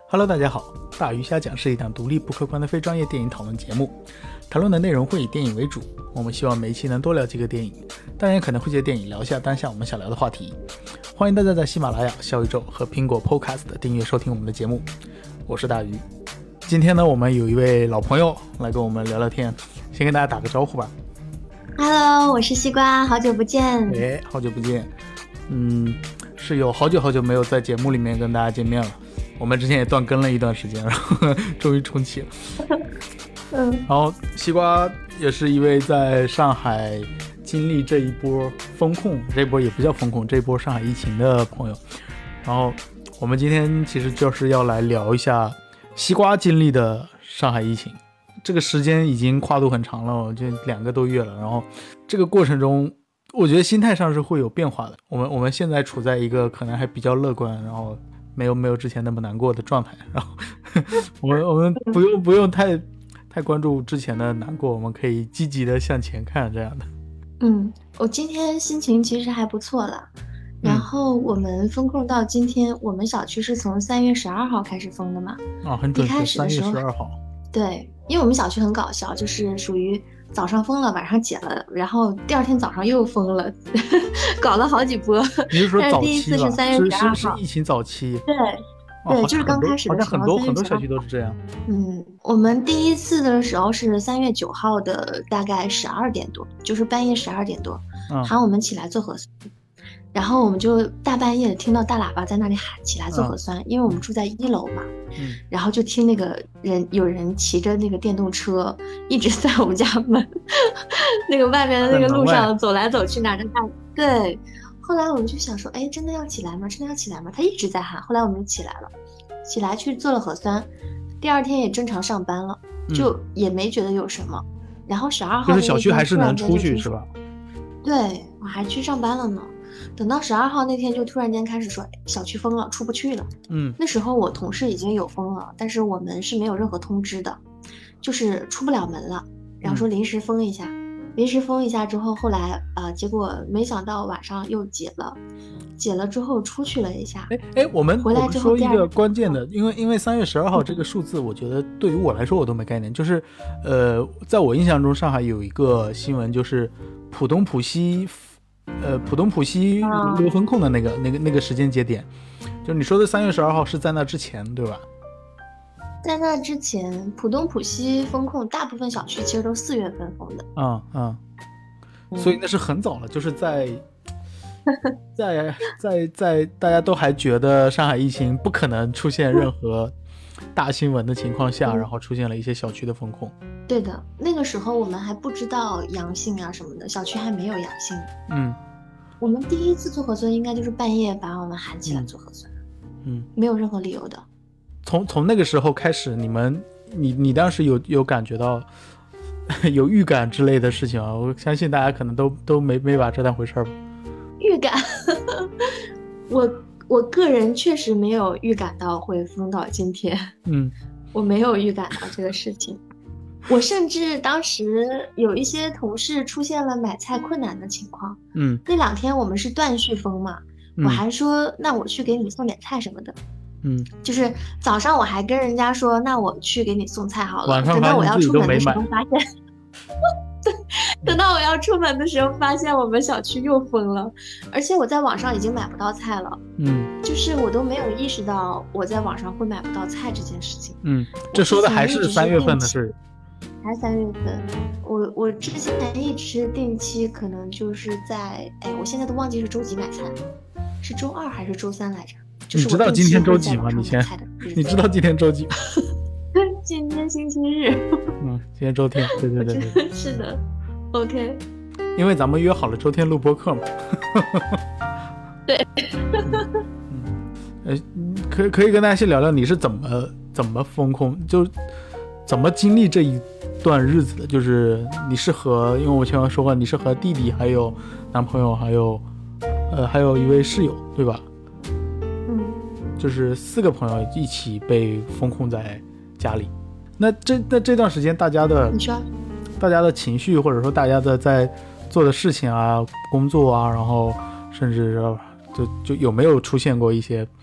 Hello， 大家好，大鱼瞎讲是一档独立不客观的非专业电影讨论节目，谈论的内容会以电影为主，我们希望每一期能多聊几个电影，当然可能会借电影聊下当下我们想聊的话题。欢迎大家在喜马拉雅、小宇宙和苹果 Podcast 订阅收听我们的节目，我是大鱼。今天呢，我们有一位老朋友来跟我们聊聊天，先跟大家打个招呼吧。 Hello， 我是西瓜，好久不见。 好久不见。是有好久没有在节目里面跟大家见面了。我们之前也断更了一段时间，然后终于重启了。然后西瓜也是一位在上海经历这一波风控，这一波也不叫风控，这一波上海疫情的朋友。然后我们今天其实就是要来聊一下西瓜经历的上海疫情。这个时间已经跨度很长了，就2个多月了。然后这个过程中，我觉得心态上是会有变化的。我们现在处在一个可能还比较乐观，然后没有之前那么难过的状态。然后我们不用太关注之前的难过，我们可以积极的向前看这样的。 我今天心情其实还不错了。然后我们封控到今天，我们小区是从3月12号开始封的嘛？ 很准确， 一开始的时候 3月12号。 对，因为我们小区很搞笑，就是属于早上封了，晚上解了，然后第二天早上又封了，搞了好几波。 你是说早期吧？ 第一次是3月12号， 是疫情早期。 对，就是刚开始的时候， 好像很多小区都是这样。 我们第一次的时候是3月9号的大概12点多，就是半夜12点多，喊我们起来做核酸。然后我们就大半夜听到大喇叭在那里喊起来做核酸，因为我们住在1楼嘛。然后就听那个有人骑着那个电动车一直在我们家门那个外面的那个路上走来走去拿着看。对，后来我们就想说，哎，真的要起来吗？真的要起来吗？他一直在喊。后来我们就起来了，起来去做了核酸，第二天也正常上班了，就也没觉得有什么。然后12号就是小区还是能出去是吧？ 对，我还去上班了呢。等到12号那天就突然间开始说小区封了，出不去了。那时候我同事已经有封了，但是我们是没有任何通知的，就是出不了门了，然后说临时封一下。临时封一下之后，后来结果没想到晚上又解了之后出去了一下。 我们回来之后说一个关键的，因为3月12号这个数字，我觉得对于我来说我都没概念。就是在我印象中，上海有一个新闻，就是浦东浦西流风控的那个时间节点，就你说的3月12号是在那之前对吧？ 在那之前，浦东浦西封控，大部分小区其实都4月份封的。 所以那是很早了，就是在大家都还觉得上海疫情不可能出现任何大新闻的情况下，然后出现了一些小区的封控。 对的，那个时候我们还不知道阳性啊什么的，小区还没有阳性。我们第一次做核酸应该就是半夜把我们喊起来做核酸。没有任何理由的。 从那个时候开始，你当时有感觉到有预感之类的事情啊？我相信大家可能都没把这当回事吧。 预感我个人确实没有预感到会封到今天。我没有预感到这个事情。我甚至当时有一些同事出现了买菜困难的情况。那2天我们是断续封嘛，我还说那我去给你送点菜什么的。就是早上我还跟人家说那我去给你送菜好了，等到我要出门的时候发现等到我要出门的时候发现我们小区又封了，而且我在网上已经买不到菜了。就是我都没有意识到我在网上会买不到菜这件事情。 这说的还是3月份的事。 还是3月份。我之前一直定期可能就是在我现在都忘记是周几买菜了，是周2还是周3来着？ 你知道今天周几吗？你知道今天周几吗？ 今天星期日。 今天周天。对。 是的。OK。 因为咱们约好了周天录播客嘛。 对。 可以跟大家先聊聊你是怎么封控，就怎么经历这一段日子的？就是你是因为我前面说过，你是和弟弟还有男朋友还有一位室友对吧？就是4个朋友一起被封控在家里。那这段时间大家的情绪，或者说大家的在做的事情啊、工作啊，然后甚至就有没有出现过一些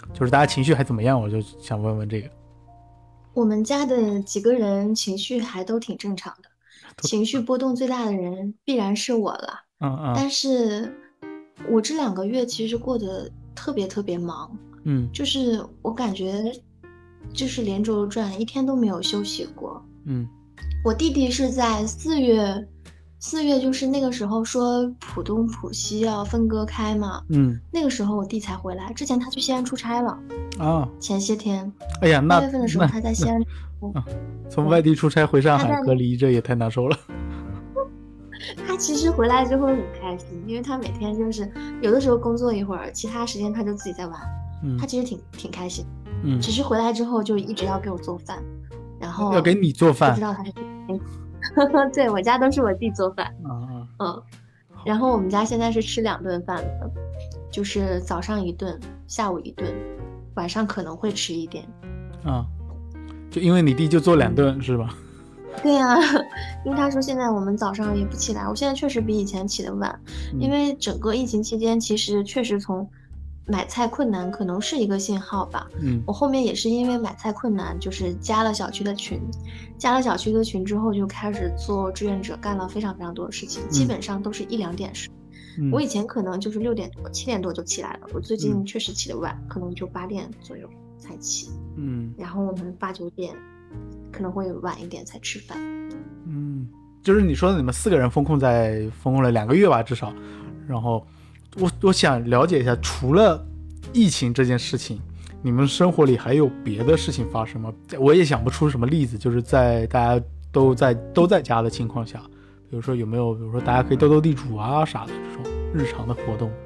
就是大家情绪还怎么样，我就想问问这个。 我们家的几个人情绪还都挺正常的，情绪波动最大的人必然是我了。但是我这2个月其实过得特别特别忙，就是我感觉就是连轴转，一天都没有休息过。我弟弟是在4月就是那个时候说浦东浦西要分割开嘛，那个时候我弟才回来，之前他去西安出差了前些天。 哎呀，那 8月份的时候他在西安从外地出差回上海隔离，这也太难受了。 他其实回来之后很开心，因为他每天就是有的时候工作一会儿，其他时间他就自己在玩，他其实挺开心。只是回来之后就一直要给我做饭，然后要给你做饭， 不知道他是对，我家都是我弟做饭。然后我们家现在是吃2顿饭的，就是早上1顿，下午1顿，晚上可能会吃一点。 就因为你弟就做2顿是吧？ 对呀，因为他说现在我们早上也不起来，我现在确实比以前起得晚，因为整个疫情期间其实确实从买菜困难可能是一个信号吧。我后面也是因为买菜困难，就是加了小区的群之后就开始做志愿者，干了非常非常多的事情，基本上都是1-2点睡。我以前可能就是6点多7点多就起来了，我最近确实起得晚，可能就8点左右才起。然后我们8、9点可能会晚一点才吃饭。 就是你说的你们4个人封控了2个月吧至少，然后我想了解一下，除了疫情这件事情，你们生活里还有别的事情发生吗？我也想不出什么例子，就是在大家都在家的情况下，比如说有没有，比如说大家可以斗斗地主啊啥的这种日常的活动。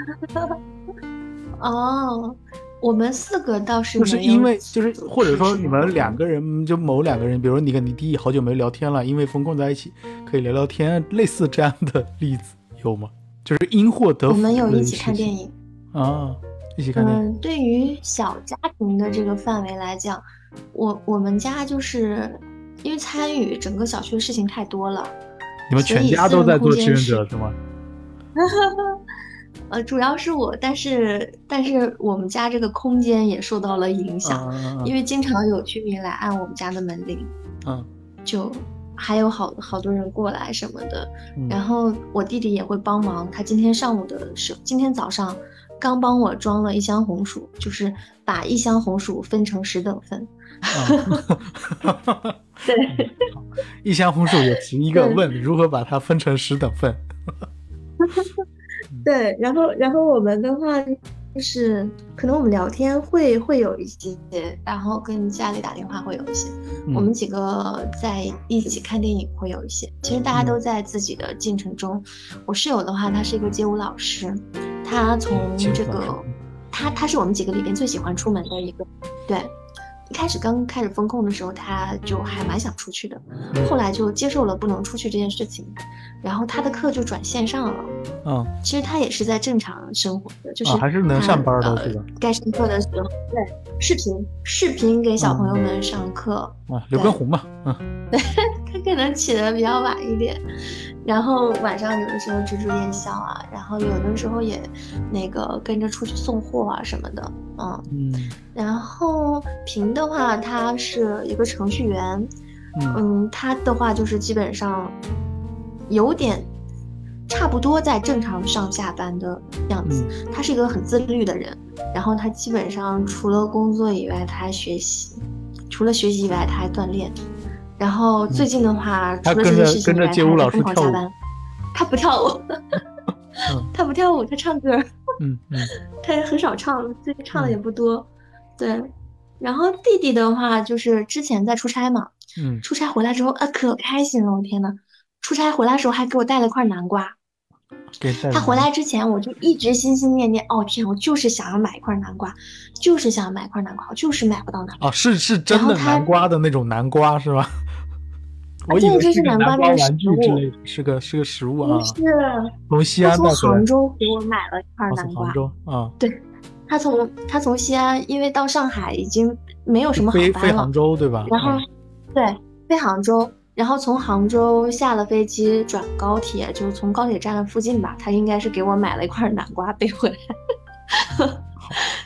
我们4个倒是就是因为就是或者说你们2个人就某2个人，比如说你跟你弟好久没聊天了，因为封控在一起可以聊聊天，类似这样的例子有吗？就是因祸得福。 我们有一起看电影一起看电影。 对于小家庭的这个范围来讲，我们家就是因为参与整个小区的事情太多了。 你们全家都在做志愿者是吗？ 主要是我，但是我们家这个空间也受到了影响，因为经常有居民来按我们家的门铃，就还有好多人过来什么的，然后我弟弟也会帮忙，他今天早上刚帮我装了1箱红薯，就是把1箱红薯分成10等份。对 ，1箱红薯有11个，问如何把它分成10等份。 对，然后我们的话就是可能我们聊天会有一些，然后跟家里打电话会有一些，我们几个在一起看电影会有一些，其实大家都在自己的进程中。我室友的话，他是一个街舞老师，他从这个他是我们几个里边最喜欢出门的一个。对，刚开始封控的时候，他就还蛮想出去的，后来就接受了不能出去这件事情，然后他的课就转线上了。其实他也是在正常生活的，就是还是能上班的，是吧？ 该上课的时候，对，视频给小朋友们上课。 刘畊宏嘛， 对，他可能起得比较晚一点，然后晚上有的时候值夜校啊，然后有的时候也那个跟着出去送货啊什么的。然后平的话，他是一个程序员，他的话就是基本上有点差不多在正常上下班的样子。他是一个很自律的人，然后他基本上除了工作以外他还学习，除了学习以外他还锻炼，然后最近的话除了这些事情以外他还疯狂加班。他不跳舞他不跳舞，他唱歌。他也很少唱，最近唱的也不多。对，然后弟弟的话就是之前在出差嘛，出差回来之后可开心了，我天呐，出差回来的时候还给我带了块南瓜。他回来之前我就一直心心念念，天，我就是想要买一块南瓜，我就是买不到南瓜。 是真的南瓜的那种南瓜是吧？我以为是个南瓜玩具之类的，是个食物啊。 是从西安从杭州给我买了一块南瓜。 杭州啊， 对，他从西安，因为到上海已经没有什么航班了， 飞杭州对吧？ 然后对，飞杭州，然后从杭州下了飞机转高铁，就从高铁站附近吧，他应该是给我买了一块南瓜背回来。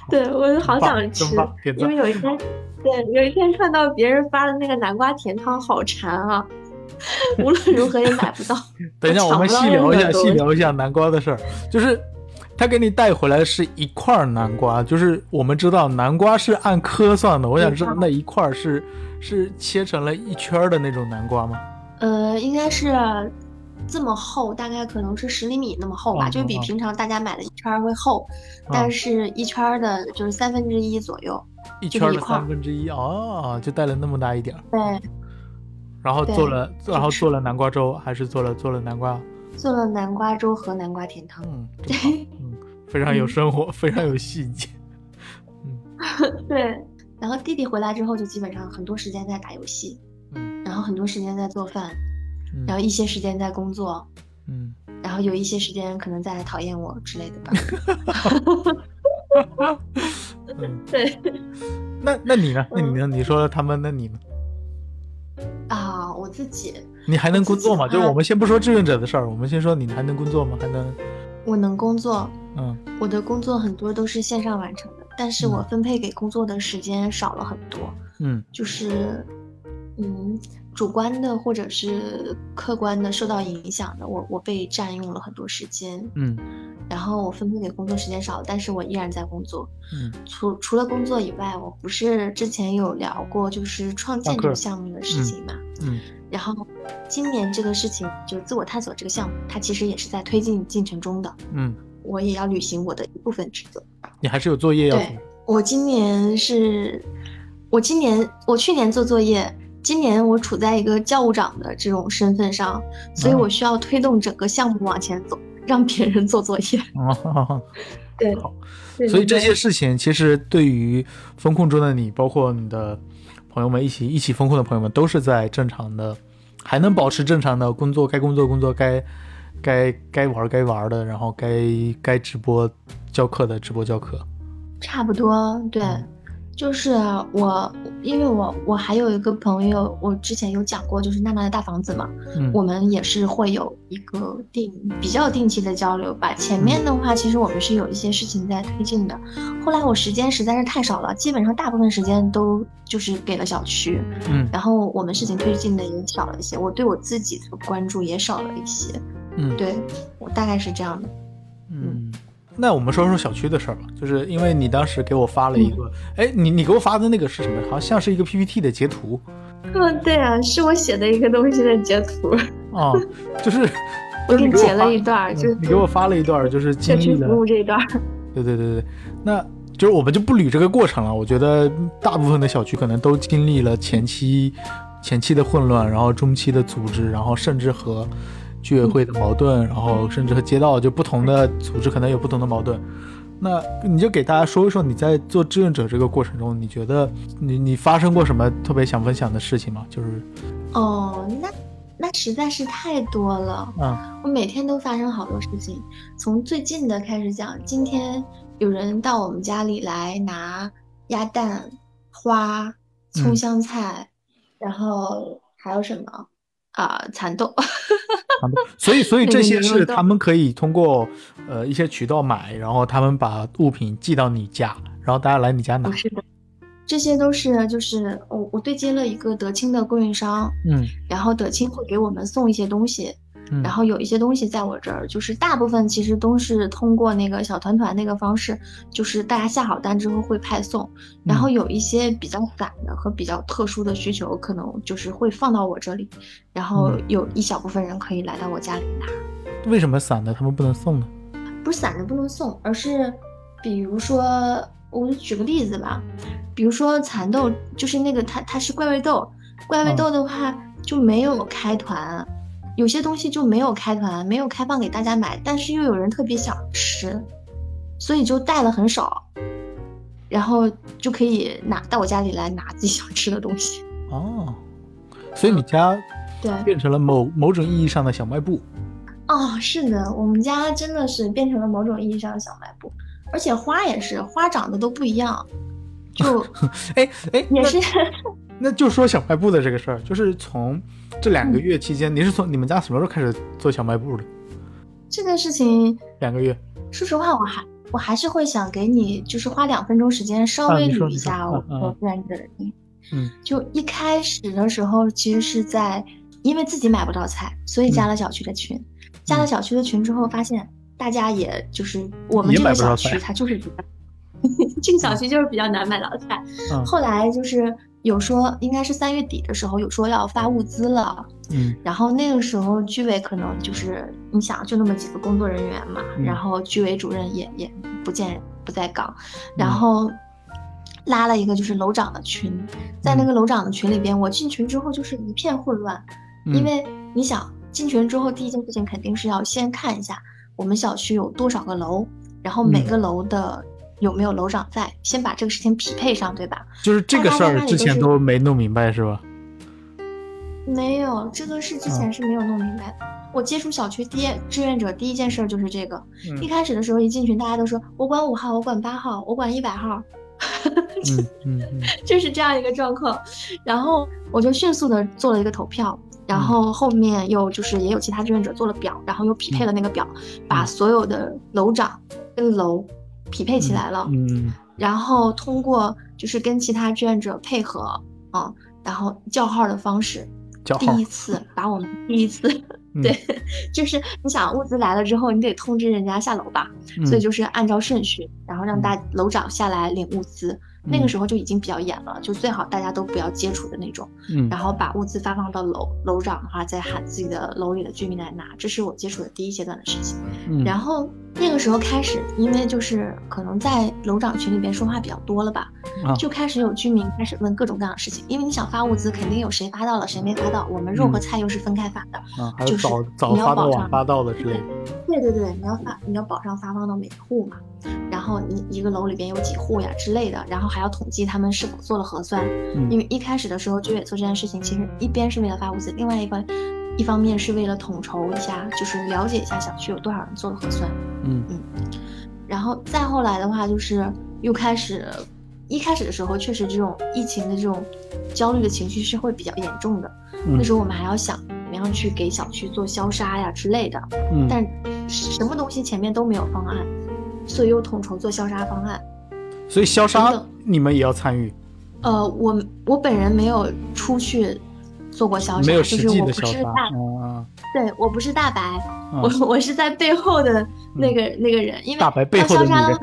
对，我就好想吃，因为有一天看到别人发的那个南瓜甜汤好馋啊，无论如何也买不到。 等一下，我们细聊一下南瓜的事儿，就是他给你带回来是一块南瓜，就是我们知道南瓜是按颗算的，我想知道那一块是切成了一圈的那种南瓜吗？ 应该是这么厚，大概可能是10厘米那么厚吧，就比平常大家买的一圈会厚，但是一圈的就是1/3左右， 一圈的1/3哦，就带了那么大一点。 对。 然后做了南瓜粥，还是做了南瓜？ 做了南瓜粥和南瓜甜汤。 对，非常有生活，非常有细节。 对。然后弟弟回来之后，就基本上很多时间在打游戏，然后很多时间在做饭，然后一些时间在工作，然后有一些时间可能在讨厌我之类的吧。对。 那你呢？你说了他们，那你呢？ 啊，我自己。 你还能工作吗？就是我们先不说志愿者的事儿，我们先说你还能工作吗？还能？ 我能工作。我的工作很多都是线上完成的，但是我分配给工作的时间少了很多。就是主观的或者是客观的受到影响的，我被占用了很多时间。然后我分配给工作时间少了，但是我依然在工作。除了工作以外，我不是之前有聊过就是创建这个项目的事情嘛？然后今年这个事情就自我探索这个项目，它其实也是在推进进程中的。我也要履行我的一部分职责。 你还是有作业要做？ 对，我去年做作业，今年我处在一个教务长的这种身份上，所以我需要推动整个项目往前走，让别人做作业。对。 所以这些事情其实对于风控中的你，包括你的朋友们一起风控的朋友们，都是在正常的，还能保持正常的工作，该工作该玩的，然后该直播教课的直播教课。 差不多。对。就是因为我还有一个朋友，我之前有讲过，就是娜娜的大房子嘛。我们也是会有一个比较定期的交流吧。前面的话其实我们是有一些事情在推进的，后来我时间实在是太少了，基本上大部分时间都就是给了小区。然后我们事情推进的也少了一些，我对我自己的关注也少了一些。对，我大概是这样的。 那我们说说小区的事儿吧，就是因为你当时给我发了一个，你给我发的那个是什么？好像是一个 PPT 的截图。 对啊，是我写的一个东西的截图。 就是我给你截了一段，就你给我发了一段，就是经历了服务这一段。 对，那就是我们就不捋这个过程了。我觉得大部分的小区可能都经历了前期的混乱，然后中期的组织，然后甚至和居委会的矛盾，然后甚至和街道就不同的组织可能有不同的矛盾。那你就给大家说一说你在做志愿者这个过程中，你觉得你发生过什么特别想分享的事情吗？就是那实在是太多了。我每天都发生好多事情。从最近的开始讲，今天有人到我们家里来拿鸭蛋、花、葱香菜，然后还有什么蚕豆。 所以这些是他们可以通过一些渠道买，然后他们把物品寄到你家，然后大家来你家拿。 不是的，这些都是就是我对接了一个德清的供应商。然后德清会给我们送一些东西。然后有一些东西在我这儿，就是大部分其实都是通过那个小团那个方式，就是大家下好单之后会派送。然后有一些比较散的和比较特殊的需求，可能就是会放到我这里，然后有一小部分人可以来到我家里拿。 为什么散的他们不能送呢？ 不是散的不能送，而是比如说我举个例子吧，比如说蚕豆，就是那个它是怪味豆的话就没有开团。有些东西就没有开团，没有开放给大家买，但是又有人特别想吃，所以就带了很少，然后就可以到我家里来拿自己想吃的东西。 所以你家对变成了某种意义上的小卖部。 是的，我们家真的是变成了某种意义上的小卖部，而且花也是，花长得都不一样，就也是。 那就说小卖部的这个事儿，就是从这2个月期间，你是从你们家什么时候开始做小卖部的？ 这个事情 2个月。 说实话， 我还是会想给你就是花2分钟时间稍微捋一下我志愿者的经历。就一开始的时候其实是因为自己买不到菜，所以加了小区的群。加了小区的群之后发现大家也就是我们这个小区它就是这个小区就是比较难买到菜。后来就是有说应该是3月底的时候有说要发物资了。然后那个时候居委可能就是你想就那么几个工作人员嘛，然后居委主任也不在岗，然后拉了一个就是楼长的群，在那个楼长的群里边，我进群之后就是一片混乱。因为你想进群之后第一件事情肯定是要先看一下我们小区有多少个楼，然后每个楼的有没有楼长在，先把这个事情匹配上，对吧？ 就是这个事儿之前都没弄明白是吧？ 没有，这个事之前是没有弄明白的。我接触小区志愿者第一件事就是这个。一开始的时候一进群大家都说我管5号，我管8号，我管100号。就是这样一个状况。然后我就迅速的做了一个投票，然后后面又就是也有其他志愿者做了表，然后又匹配了那个表，把所有的楼长跟楼匹配起来了。然后通过就是跟其他志愿者配合然后叫号的方式，第一次把我们对，就是你想物资来了之后你得通知人家下楼吧，所以就是按照顺序，然后让楼长下来领物资。那个时候就已经比较严了，就最好大家都不要接触的那种。然后把物资发放到楼长的话再喊自己的楼里的居民来拿，这是我接触的第一阶段的事情。然后那个时候开始，因为就是可能在楼长群里边说话比较多了吧，就开始有居民开始问各种各样的事情。因为你想发物资肯定有谁发到了谁没发到，我们肉和菜又是分开发的， 还有早发到晚发到的之类的。 对，你要保障发放到每户嘛，然后你一个楼里边有几户呀之类的，然后还要统计他们是否做了核酸。因为一开始的时候居委做这件事情其实一边是为了发物资，另外一方面是为了统筹一下，就是了解一下小区有多少人做了核酸。然后再后来的话就是又开始，一开始的时候确实这种疫情的这种焦虑的情绪是会比较严重的。那时候我们还要想怎么样去给小区做消杀呀之类的。但什么东西前面都没有方案，所以又统筹做消杀方案。 所以消杀你们也要参与？ 我本人没有出去做过消杀， 没有实际的消杀。 对，我不是大白，我是在背后的那个人。因为大白背后的那个人。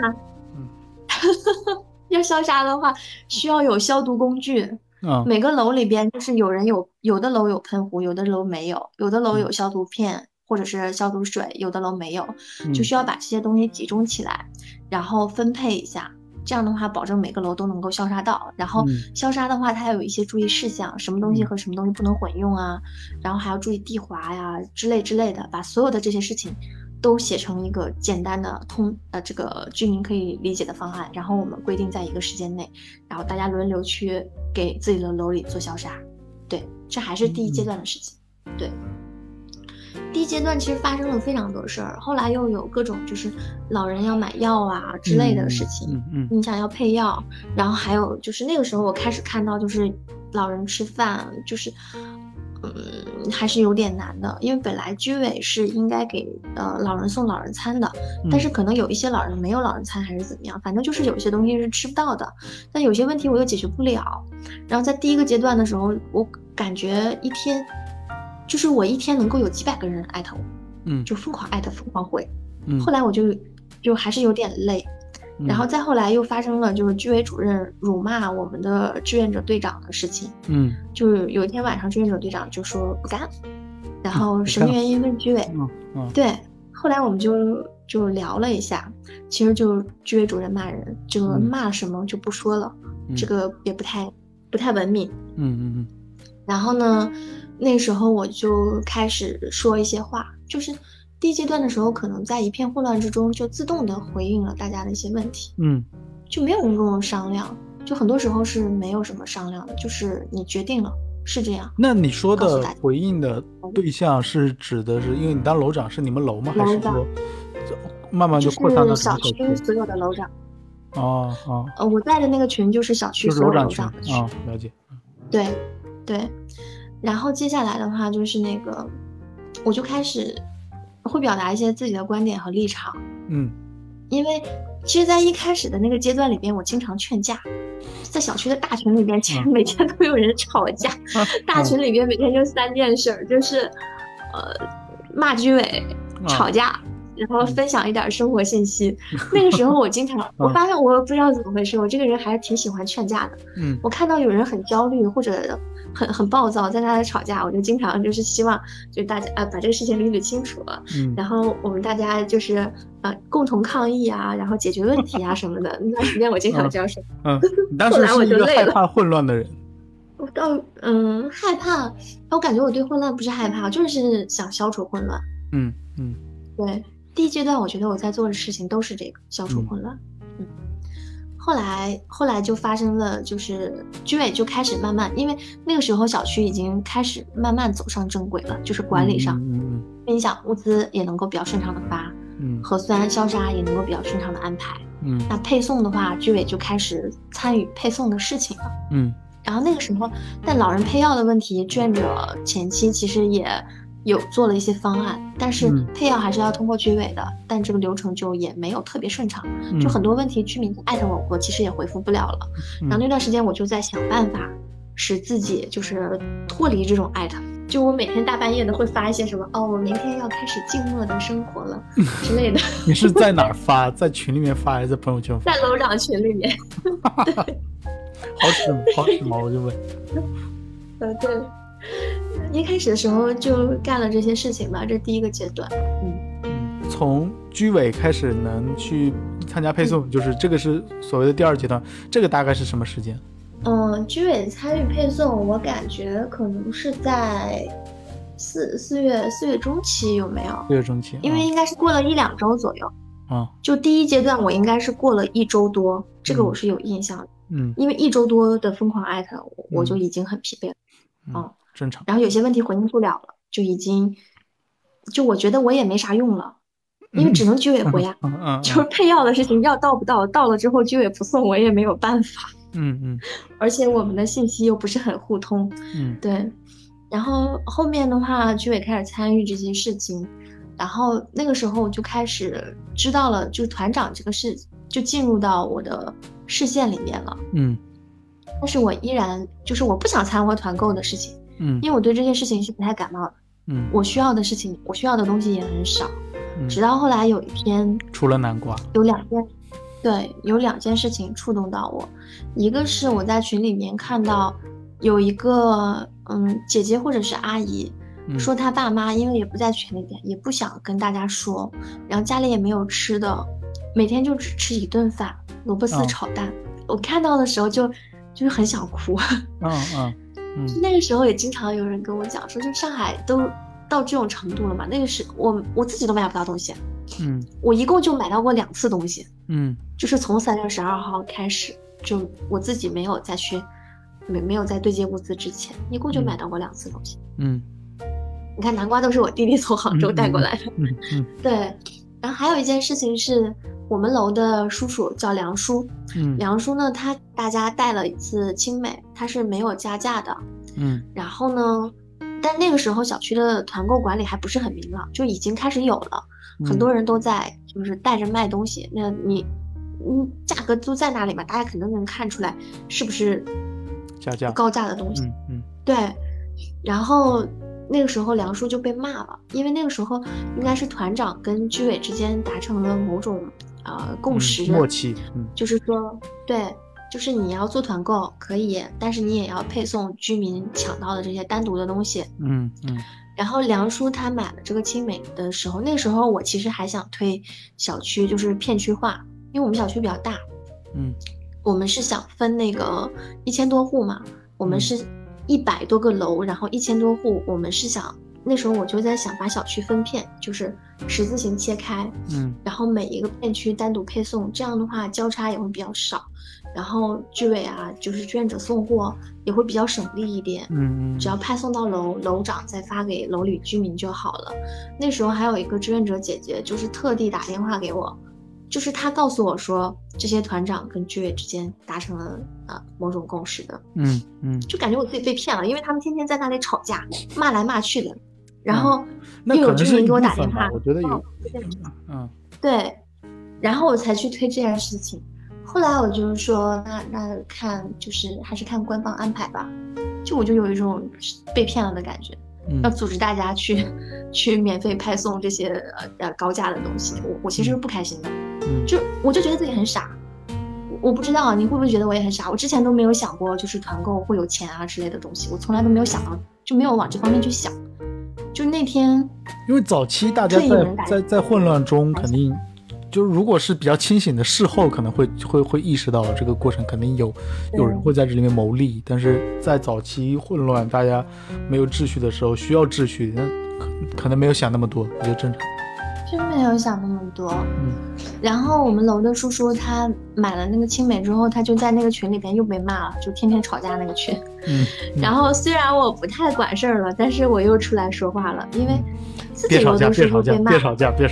要消杀的话需要有消毒工具。每个楼里边就是有的楼有喷壶，有的楼没有，有的楼有消毒片或者是消毒水，有的楼没有，就需要把这些东西集中起来，然后分配一下，这样的话保证每个楼都能够消杀到。然后消杀的话它还有一些注意事项，什么东西和什么东西不能混用啊，然后还要注意地滑呀之类的，把所有的这些事情都写成一个简单的这个居民可以理解的方案，然后我们规定在一个时间内，然后大家轮流去给自己的楼里做消杀。对，这还是第一阶段的事情。对，第一阶段其实发生了非常多事儿，后来又有各种就是老人要买药啊之类的事情。你想要配药，然后还有就是那个时候我开始看到就是老人吃饭就是还是有点难的，因为本来居委是应该给老人送老人餐的，但是可能有一些老人没有老人餐还是怎么样，反正就是有些东西是吃不到的，但有些问题我又解决不了。然后在第一个阶段的时候，我感觉我一天能够有几百个人艾特我，就疯狂艾特疯狂回。后来我就还是有点累。然后再后来又发生了就是居委主任辱骂我们的志愿者队长的事情。就是有一天晚上志愿者队长就说不干，然后什么原因问居委。对，后来我们就聊了一下，其实就居委主任骂人，这个骂什么就不说了，这个也不太文明。然后呢那时候我就开始说一些话，就是第一阶段的时候可能在一片混乱之中就自动的回应了大家的一些问题。就没有人跟我商量，就很多时候是没有什么商量的，就是你决定了是这样。 那你说的回应的对象是指的是因为你当楼长是你们楼吗？还是说慢慢就扩散到小区所有的楼长？我在的那个群就是小区所有楼长的群。 了解。 对，然后接下来的话就是那个我就开始会表达一些自己的观点和立场。因为其实在一开始的那个阶段里边，我经常劝架，在小区的大群里边，其实每天都有人吵架，大群里边每天就3件事，就是骂居委，吵架，然后分享一点生活信息。那个时候我经常，我发现我不知道怎么回事，我这个人还是挺喜欢劝架的。我看到有人很焦虑或者很暴躁，在那里吵架，我就经常就是希望就大家把这个事情捋清楚了，然后我们大家就是共同抗议啊，然后解决问题啊什么的。那段时间我经常这样说。 当时是一个害怕混乱的人。 我倒害怕，我感觉我对混乱不是害怕，就是想消除混乱。对，第一阶段我觉得我在做的事情都是这个消除混乱。后来就发生了，就是居委就开始慢慢，因为那个时候小区已经开始慢慢走上正轨了，就是管理上，你想物资也能够比较顺畅的发，核酸消杀也能够比较顺畅的安排，那配送的话，居委就开始参与配送的事情了，然后那个时候，但老人配药的问题，志愿者前期其实也有做了一些方案，但是配药还是要通过居委的，但这个流程就也没有特别顺畅，就很多问题居民艾特我其实也回复不了了。然后那段时间我就在想办法使自己就是脱离这种艾特，就我每天大半夜的会发一些什么我明天要开始静默的生活了之类的。 你是在哪儿发？在群里面发还是在朋友圈发？ 在楼长群里面。对， 好使吗？我就问。 对。一开始的时候就干了这些事情吧，这第一个阶段。 从居委开始能去参加配送，就是这个是所谓的第2阶段，这个大概是什么时间？ 居委参与配送，我感觉可能是在4月中期，有没有？4 月中期， 因为应该是过了1-2周左右。就第一阶段我应该是过了1周多，这个我是有印象的。因为1周多的疯狂艾特，我就已经很疲惫了。 正常。 然后有些问题回应不了了，就我觉得我也没啥用了，因为只能居委回呀。就是配药的事情，药到不到，到了之后居委不送，我也没有办法。而且我们的信息又不是很互通。对。然后后面的话，居委开始参与这些事情，然后那个时候我就开始知道了，就是团长这个事就进入到我的视线里面了。但是我依然就是我不想掺和团购的事情。因为我对这件事情是不太感冒的。我需要的事情，我需要的东西也很少。直到后来有一天， 除了南瓜， 有2件事情触动到我。一个是我在群里面看到有一个姐姐或者是阿姨，说她爸妈因为也不在群里边，也不想跟大家说，然后家里也没有吃的，每天就只吃1顿饭，萝卜丝炒蛋。我看到的时候就是很想哭。那个时候也经常有人跟我讲说，就上海都到这种程度了嘛，那个是我自己都买不到东西。我一共就买到过2次东西。就是从3月12号开始，就我自己没有再去没有在对接物资之前，一共就买到过2次东西。你看南瓜都是我弟弟从杭州带过来的。对。然后还有一件事情是我们楼的叔叔叫梁叔。梁叔呢，他大家带了一次清美，他是没有加价的。然后呢，但那个时候小区的团购管理还不是很明朗，就已经开始有了，很多人都在就是带着卖东西。那你价格都在那里嘛，大家肯定能看出来是不是加价高价的东西。对。然后那个时候梁叔就被骂了，因为那个时候应该是团长跟居委之间达成了某种共识默契。 就是说对，就是你要做团购可以，但是你也要配送居民抢到的这些单独的东西。然后梁叔他买了这个清美的时候，那个时候我其实还想推小区就是片区化，因为我们小区比较大。我们是想分那个1000多户嘛，我们是100多个楼，然后1000多户，我们是想那时候我就在想把小区分片，就是十字形切开。然后每一个片区单独配送，这样的话交叉也会比较少，然后居委就是志愿者送货也会比较省力一点。只要派送到楼长再发给楼里居民就好了。那时候还有一个志愿者姐姐就是特地打电话给我，就是她告诉我说这些团长跟居委之间达成了某种共识的。就感觉我自己被骗了，因为他们天天在那里吵架，骂来骂去的。然后又有居民给我打电话， 我觉得有。 对， 然后我才去推这件事情。后来我就是说，那看就是还是看官方安排吧。就我就有一种被骗了的感觉，要组织大家去免费派送这些高价的东西，我其实是不开心的。我就觉得自己很傻。我不知道你会不会觉得我也很傻？我之前都没有想过，就是团购会有钱啊之类的东西，我从来都没有想到，就没有往这方面去想。就那天， 因为早期大家在混乱中，肯定就是如果是比较清醒的，事后可能会意识到这个过程肯定有人会在这里面谋利，但是在早期混乱，大家没有秩序的时候，需要秩序，可能没有想那么多，我觉得正常。 真没有想那么多。然后我们楼的叔叔他买了那个青梅之后，他就在那个群里边又被骂了，就天天吵架那个群。然后虽然我不太管事儿了，但是我又出来说话了，因为自己楼的叔叔被骂。 别吵架。对，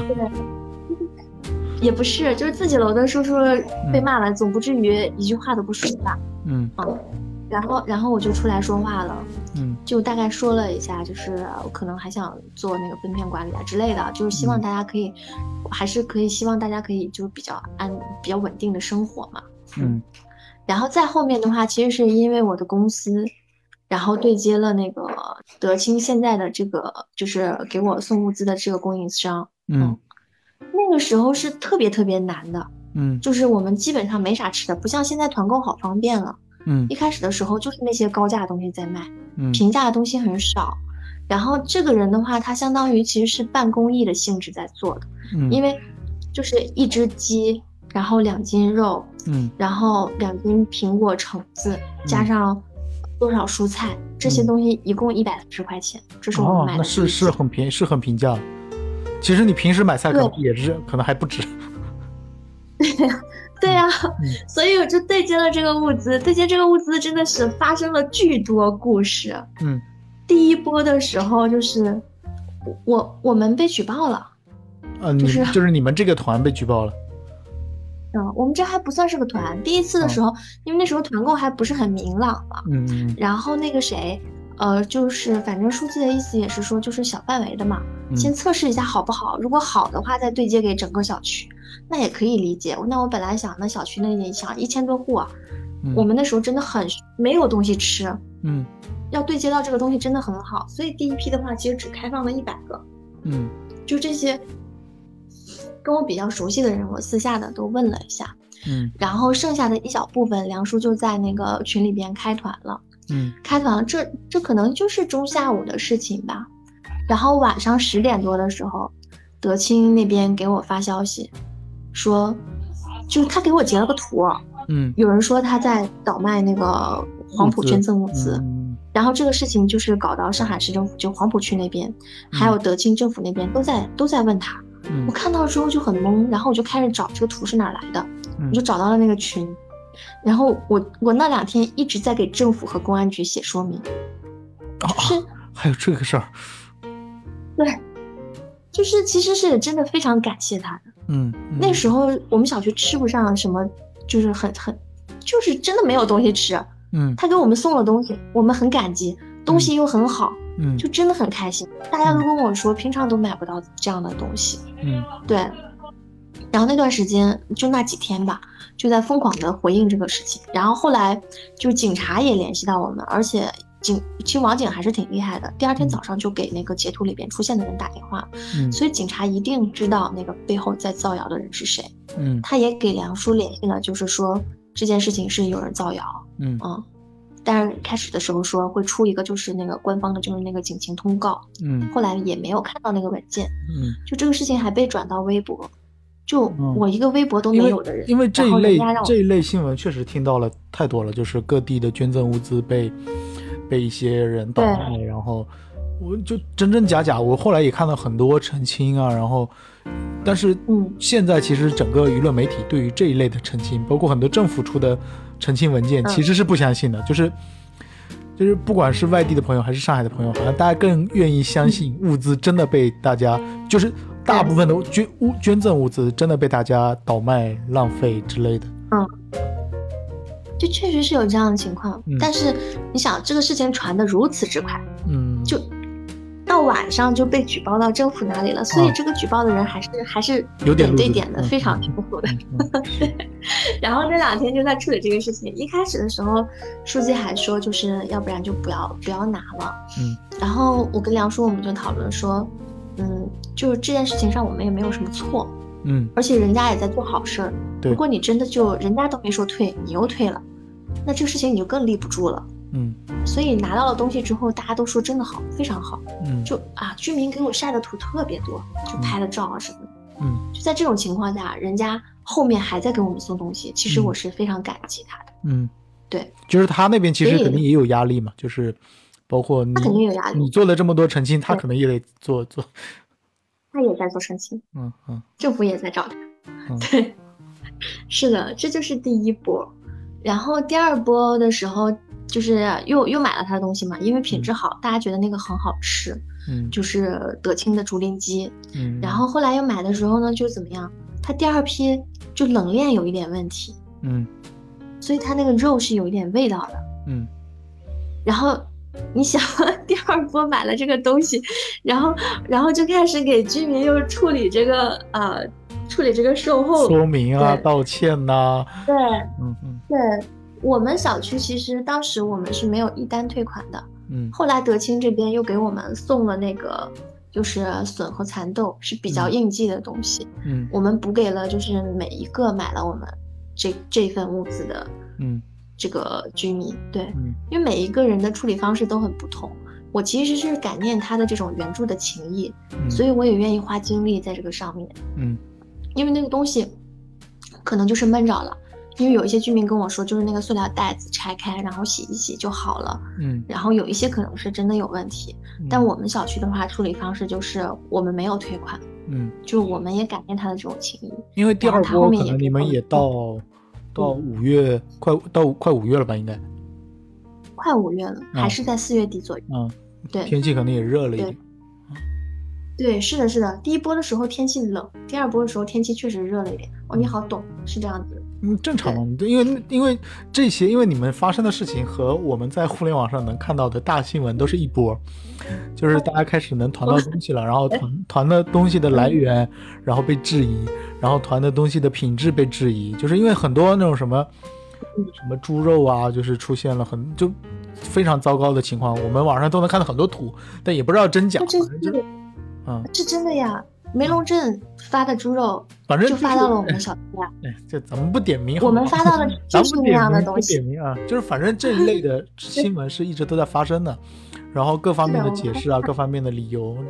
也不是，就是自己楼的叔叔被骂了，总不至于一句话都不说吧。然后我就出来说话了，就大概说了一下，就是我可能还想做那个分片管理啊之类的，就是希望大家可以，还是可以希望大家可以就是比较稳定的生活嘛。然后再后面的话，其实是因为我的公司，然后对接了那个德清现在的这个就是给我送物资的这个供应商。那个时候是特别特别难的。就是我们基本上没啥吃的，不像现在团购好方便了。一开始的时候就是那些高价的东西在卖，平价的东西很少。然后这个人的话，他相当于其实是半公益的性质在做的。因为就是1只鸡，然后2斤肉，然后2斤苹果橙子，加上多少蔬菜，这些东西一共140块钱，这是我们买的。 那是很便宜，是很平价。其实你平时买菜可能也是，可能还不止。 对呀，所以我就对接了这个物资。对接这个物资真的是发生了巨多故事。第一波的时候就是我们被举报了。 就是你们这个团被举报了。 我们这还不算是个团。第一次的时候，因为那时候团购还不是很明朗嘛。然后那个谁，就是反正书记的意思也是说，就是小范围的嘛，先测试一下好不好，如果好的话再对接给整个小区，那也可以理解。那我本来想，那小区那也想1000多户啊，我们那时候真的很没有东西吃，要对接到这个东西真的很好，所以第一批的话其实只开放了100个，就这些跟我比较熟悉的人，我私下的都问了一下，然后剩下的一小部分，梁叔就在那个群里边开团了。开团了，这可能就是中下午的事情吧。然后晚上10点多的时候，德清那边给我发消息，说，就是他给我截了个图，有人说他在倒卖那个黄埔捐赠物资，然后这个事情就是搞到上海市政府，就黄埔区那边，还有德清政府那边都在问他。我看到之后就很懵，然后我就开始找这个图是哪来的，我就找到了那个群。然后我那2天一直在给政府和公安局写说明，就是还有这个事儿。 对，就是其实是真的非常感谢他的。那时候我们小区吃不上什么，就是很就是真的没有东西吃。他给我们送了东西，我们很感激，东西又很好，就真的很开心。大家都跟我说，平常都买不到这样的东西。对。然后那段时间就那几天吧，就在疯狂的回应这个事情。然后后来就警察也联系到我们，而且其实网警还是挺厉害的，第2天早上就给那个截图里边出现的人打电话，所以警察一定知道那个背后在造谣的人是谁。他也给梁叔联系了，就是说这件事情是有人造谣。但是开始的时候说会出一个就是那个官方的就是那个警情通告，后来也没有看到那个文件。就这个事情还被转到微博。就我一个微博都没有的人， 因为这一类新闻确实听到了太多了，就是各地的捐赠物资被一些人倒卖，然后我就真真假假，我后来也看到很多澄清啊，然后但是现在其实整个舆论媒体对于这一类的澄清，包括很多政府出的澄清文件其实是不相信的，就是不管是外地的朋友还是上海的朋友，好像大家更愿意相信物资真的被大家就是大部分的捐赠物资真的被大家倒卖浪费之类的。 就确实是有这样的情况。但是你想这个事情传得如此之快，就到晚上就被举报到政府那里了，所以这个举报的人还是点对点的，非常清楚的。对。然后这2天就在处理这个事情。一开始的时候，书记还说就是要不然就不要拿了。然后我跟梁叔我们就讨论说，就是这件事情上我们也没有什么错。而且人家也在做好事儿。如果你真的就人家都没说退，你又退了，那这个事情你就更立不住了。所以拿到了东西之后，大家都说真的好，非常好。就居民给我晒的图特别多，就拍了照啊什么的。就在这种情况下，人家后面还在给我们送东西，其实我是非常感激他的。对， 就是他那边其实肯定也有压力嘛，就是包括你， 他肯定有压力。 你做了这么多澄清，他可能也得做。 他也在做澄清。政府也在找他。对，是的，这就是第一波。然后第2波的时候，就是又买了他的东西嘛，因为品质好，大家觉得那个很好吃。就是德清的竹林鸡。然后后来又买的时候呢，就怎么样？他第2批就冷链有一点问题。所以他那个肉是有一点味道的。然后你想第2波买了这个东西，然后就开始给居民又处理这个售后说明啊，道歉呐。 对。对，我们小区其实当时我们是没有1单退款的。后来德清这边又给我们送了那个就是笋和蚕豆，是比较应季的东西。我们补给了就是每一个买了我们这份物资的这个居民。对。因为每一个人的处理方式都很不同，我其实是感念他的这种援助的情谊。所以我也愿意花精力在这个上面。因为那个东西可能就是闷着了，因为有一些居民跟我说，就是那个塑料袋子拆开然后洗一洗就好了。然后有一些可能是真的有问题。但我们小区的话处理方式就是我们没有退款。就我们也感念他的这种情谊。 因为第2波可能你们也到5月，快5月了吧，应该快5月了。还是在4月底左右。对， 天气可能也热了一点。 对，是的，是的。第1波的时候天气冷，第2波的时候天气确实热了一点。你好懂，是这样子的。 正常的。因为这些，因为你们发生的事情和我们在互联网上能看到的大新闻都是一波，就是大家开始能团到东西了，然后团的东西的来源然后被质疑，然后团的东西的品质被质疑，就是因为很多那种什么猪肉啊，就是出现了就非常糟糕的情况，我们网上都能看到很多图，但也不知道真假。 是真的呀，梅龙镇发的猪肉反正就发到了我们小区啊。 这咱们不点名， 我们发到的就是那样的东西。 不点名啊，就是反正这一类的新闻是一直都在发生的，然后各方面的解释啊，各方面的理由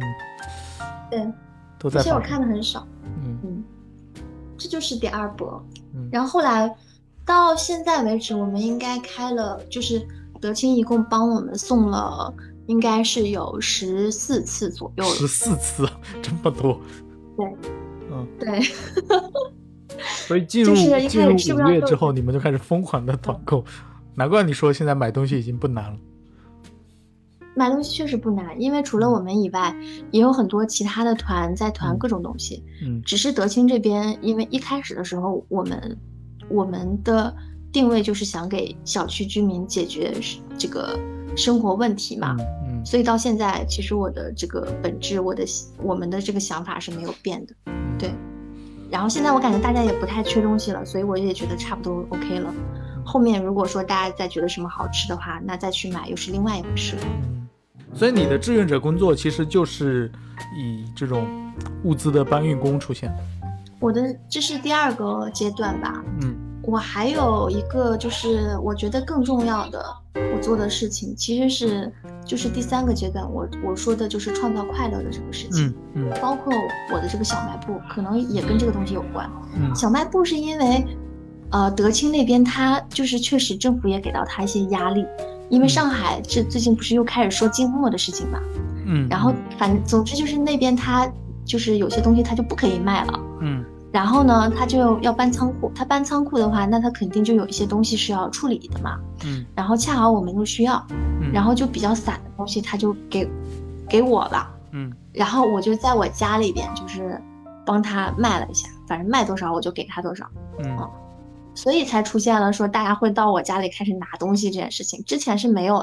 都在发生。 其实我看的很少。这就是第2波。然后后来到现在为止，我们应该开了，就是德清一共帮我们送了应该是有14次左右了。 14次，这么多。 对。对。 所以进入5月之后，你们就开始疯狂的团购，难怪你说现在买东西已经不难了。 买东西确实不难，因为除了我们以外，也有很多其他的团在团各种东西。只是德清这边，因为一开始的时候，我们的定位就是想给小区居民解决这个生活问题嘛。所以到现在，其实我的这个本质，我们的这个想法是没有变的。对。然后现在我感觉大家也不太缺东西了，所以我也觉得差不多 OK 了。后面如果说大家再觉得什么好吃的话，那再去买又是另外一回事了。 所以你的志愿者工作其实就是以这种物资的搬运工出现。 这是第2个阶段吧。我还有一个就是我觉得更重要的我做的事情，其实就是第3个阶段，我说的就是创造快乐的这个事情。包括我的这个小卖部可能也跟这个东西有关。小卖部是因为德清那边他就是确实政府也给到他一些压力，因为上海最近不是又开始说禁货的事情嘛。然后总之就是那边他就是有些东西他就不可以卖了。然后呢他就要搬仓库，他搬仓库的话，那他肯定就有一些东西是要处理的嘛。然后恰好我们又需要，然后就比较散的东西他就给我了。然后我就在我家里边就是帮他卖了一下，反正卖多少我就给他多少。所以才出现了说大家会到我家里开始拿东西这件事情，之前是没有的，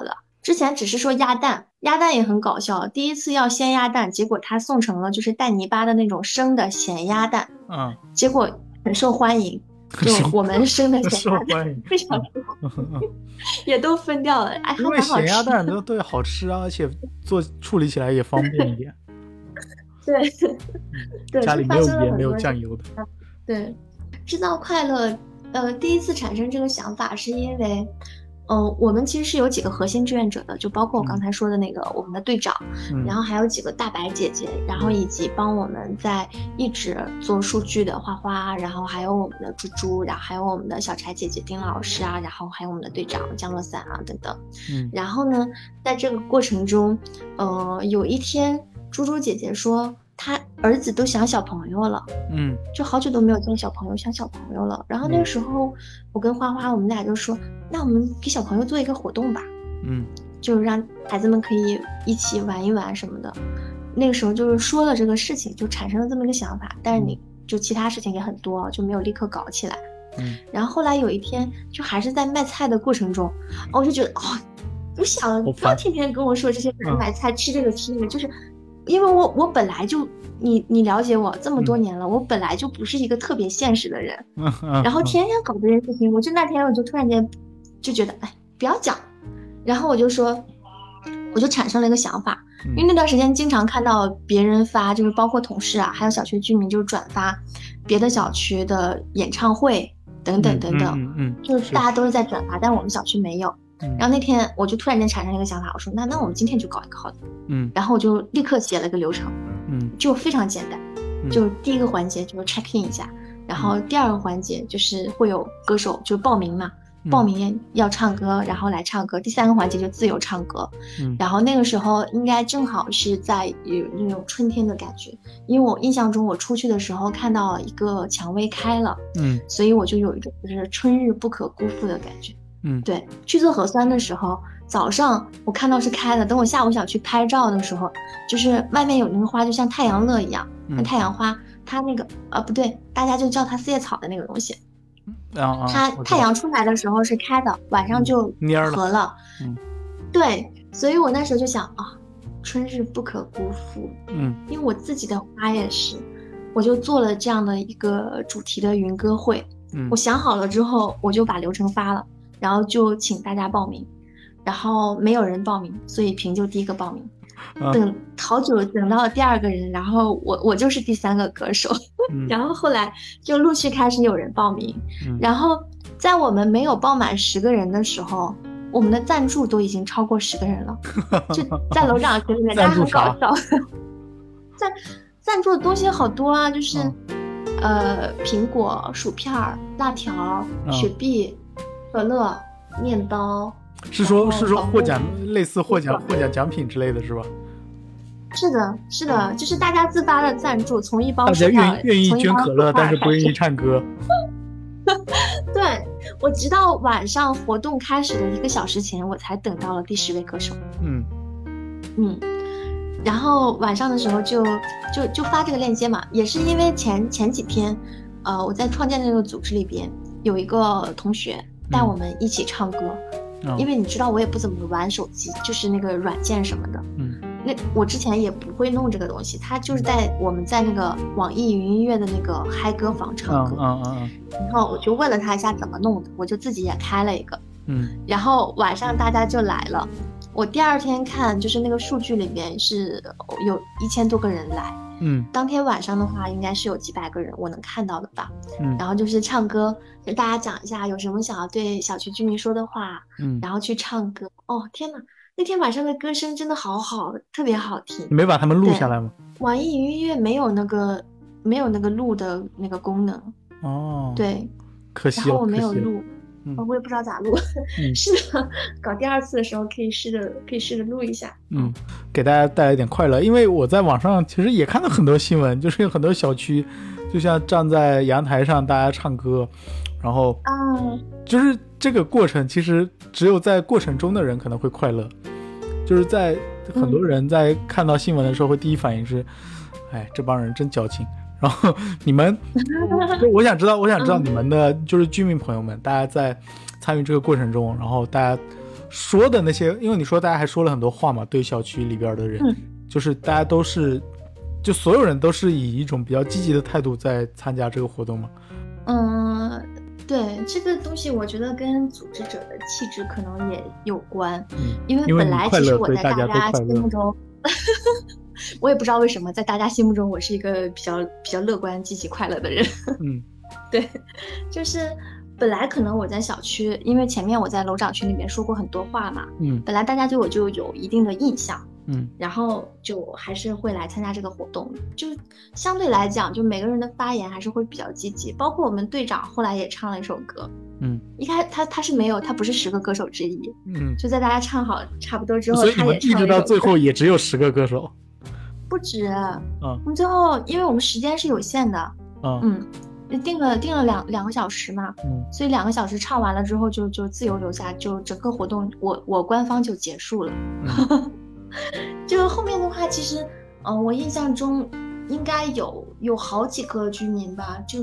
之前只是说鸭蛋也很搞笑，第一次要鲜鸭蛋，结果他送成了就是带泥巴的那种生的咸鸭蛋，结果很受欢迎，就我们生的咸鸭蛋非常受欢迎，也都分掉了。哎， 因为咸鸭蛋都对好吃啊，而且处理起来也方便一点。 对对， 家里没有盐没有酱油的。 对，制造快乐，第一次产生这个想法是因为。我们其实是有几个核心志愿者的，就包括我刚才说的那个我们的队长，然后还有几个大白姐姐，然后以及帮我们在一直做数据的花花，然后还有我们的猪猪，然后还有我们的小柴姐姐丁老师啊，然后还有我们的队长江乐伞啊等等。然后呢，在这个过程中，有一天猪猪姐姐说他儿子都想小朋友了，就好久都没有见小朋友，想小朋友了。然后那个时候，我跟花花我们俩就说，那我们给小朋友做一个活动吧，就是让孩子们可以一起玩一玩什么的。那个时候就是说了这个事情，就产生了这么一个想法，但是你就其他事情也很多，就没有立刻搞起来。然后后来有一天，就还是在卖菜的过程中，我就觉得不想不要天天跟我说这些买菜吃这个吃那个，就是。因为我本来就你了解我这么多年了，我本来就不是一个特别现实的人，然后天天搞这件事情，我就那天我就突然间就觉得不要讲，然后我就产生了一个想法，因为那段时间经常看到别人发，就是包括同事啊，还有小区居民就是转发别的小区的演唱会等等等等，就是大家都是在转发，但我们小区没有。然后那天我就突然间产生了一个想法，我说那我们今天就搞一个好的，然后我就立刻写了个流程，就非常简单，就第一个环节就是 check in 一下，然后第二个环节就是会有歌手就报名嘛，报名要唱歌，然后来唱歌，第三个环节就自由唱歌，然后那个时候应该正好是在有那种春天的感觉，因为我印象中我出去的时候看到一个蔷薇开了，所以我就有一种就是春日不可辜负的感觉。对，去做核酸的时候，早上我看到是开了，等我下午想去拍照的时候，就是外面有那个花，就像太阳乐一样，那太阳花，它那个不对，大家就叫它四叶草的那个东西，它太阳出来的时候是开的，晚上就合了。对，所以我那时候就想春日不可辜负，因为我自己的花也是，我就做了这样的一个主题的云歌会，我想好了之后，我就把流程发了。然后就请大家报名，然后没有人报名，所以平就第一个报名，等好久等到第二个人，然后我就是第三个歌手，然后后来就陆续开始有人报名，然后在我们没有报满10个人的时候，我们的赞助都已经超过10个人了，就在楼长群里面，大家很搞笑，赞助的东西好多啊，就是苹果、薯片、辣条、雪碧。可乐、面包， 是说获奖，类似获奖奖品之类的是吧？ 是的，就是大家自发的赞助，从一包大家愿意捐可乐，但是不愿意唱歌。 对，我直到晚上活动开始的1个小时前，我才等到了第10位歌手。然后晚上的时候就发这个链接嘛，也是因为前几天，我在创建这个组织里边有一个同学。带我们一起唱歌，因为你知道我也不怎么玩手机，就是那个软件什么的，那我之前也不会弄这个东西，他就是我们在那个网易云音乐的那个嗨歌房唱歌，然后我就问了他一下怎么弄的，我就自己也开了一个，然后晚上大家就来了，我第二天看就是那个数据里面是有1000多个人来。当天晚上的话应该是有几百个人我能看到的吧，然后就是唱歌，跟大家讲一下有什么想要对小区居民说的话，然后去唱歌。天哪，那天晚上的歌声真的好好，特别好听。 你没把他们录下来吗？ 网易云音乐没有那个录的那个功能。对， 可惜了， 然后我没有录。我也不知道咋录，是的，搞第2次的时候可以试着录一下， 给大家带来一点快乐。因为我在网上其实也看到很多新闻，就是有很多小区，就像站在阳台上大家唱歌，然后就是这个过程，其实只有在过程中的人可能会快乐，就是在很多人在看到新闻的时候，会第一反应是，这帮人真矫情。然后你们，我想知道你们的就是居民朋友们，大家在参与这个过程中，然后大家说的那些，因为你说大家还说了很多话嘛，对小区里边的人，就是大家都是，就所有人都是以一种比较积极的态度在参加这个活动嘛。 对，这个东西我觉得跟组织者的气质可能也有关，因为本来其实我在大家心目中我也不知道为什么在大家心目中我是一个比较乐观积极快乐的人。对，就是本来可能我在小区，因为前面我在楼长群里面说过很多话嘛，本来大家对我就有一定的印象，然后就还是会来参加这个活动，就相对来讲，就每个人的发言还是会比较积极，包括我们队长后来也唱了一首歌，一开他是没有，他不是10个歌手之一，就在大家唱好差不多之后， 所以你们一直到最后也只有10个歌手， 不止，我们最后因为我们时间是有限的，定了2个小时嘛，所以2个小时唱完了之后就自由留下，就整个活动我官方就结束了。就后面的话，其实我印象中应该有好几个居民吧，就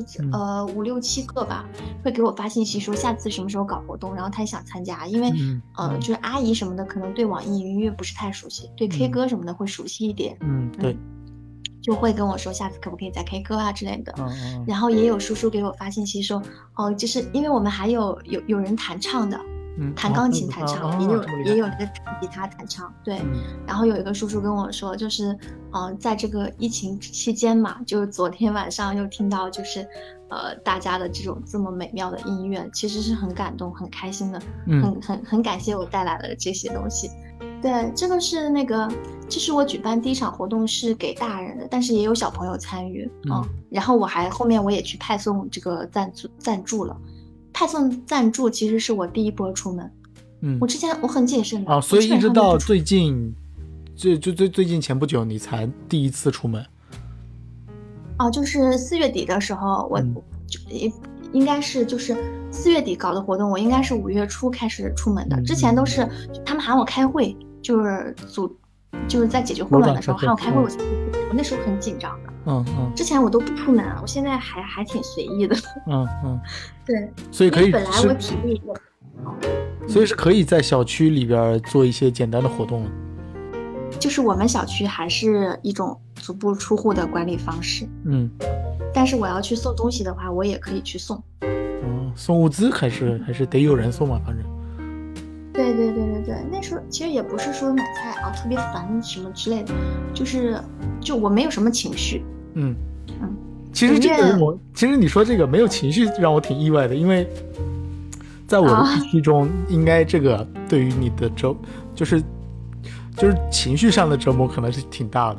5、6、7个吧，会给我发信息说下次什么时候搞活动，然后他也想参加，因为就是阿姨什么的可能对网易云音乐不是太熟悉，对 K 歌什么的会熟悉一点， 对， 就会跟我说下次可不可以在 K 歌啊之类的，然后也有叔叔给我发信息说就是因为我们还有人弹唱的，弹钢琴弹唱，也有那个弹吉他弹唱，对，然后有一个叔叔跟我说，就是在这个疫情期间嘛，就是昨天晚上又听到就是大家的这种这么美妙的音乐，其实是很感动很开心的，很感谢我带来了这些东西。对，这个是这是我举办第一场活动是给大人的，但是也有小朋友参与，然后后面我也去派送这个赞助了。派送赞助其实是我第一波出门，我之前我很谨慎的所以一直到最近最近前不久你才第一次出门。 就是4月底的时候，我应该是就是4月底搞的活动，我应该是5月初开始出门的，之前都是他们喊我开会，就是在解决混乱的时候喊我开会，我那时候很紧张的。之前我都不出门，我现在还挺随意的。对， 所以可以本来我体力也好， 所以是可以在小区里边做一些简单的活动。 就是我们小区还是一种足不出户的管理方式。但是我要去送东西的话，我也可以去送。 送物资还是得有人送嘛，反正。 对，那时候其实也不是说买菜特别烦什么之类的，就我没有什么情绪。 其实其实你说这个没有情绪让我挺意外的，因为在我的预期中，应该这个对于你的就是情绪上的折磨可能是挺大的。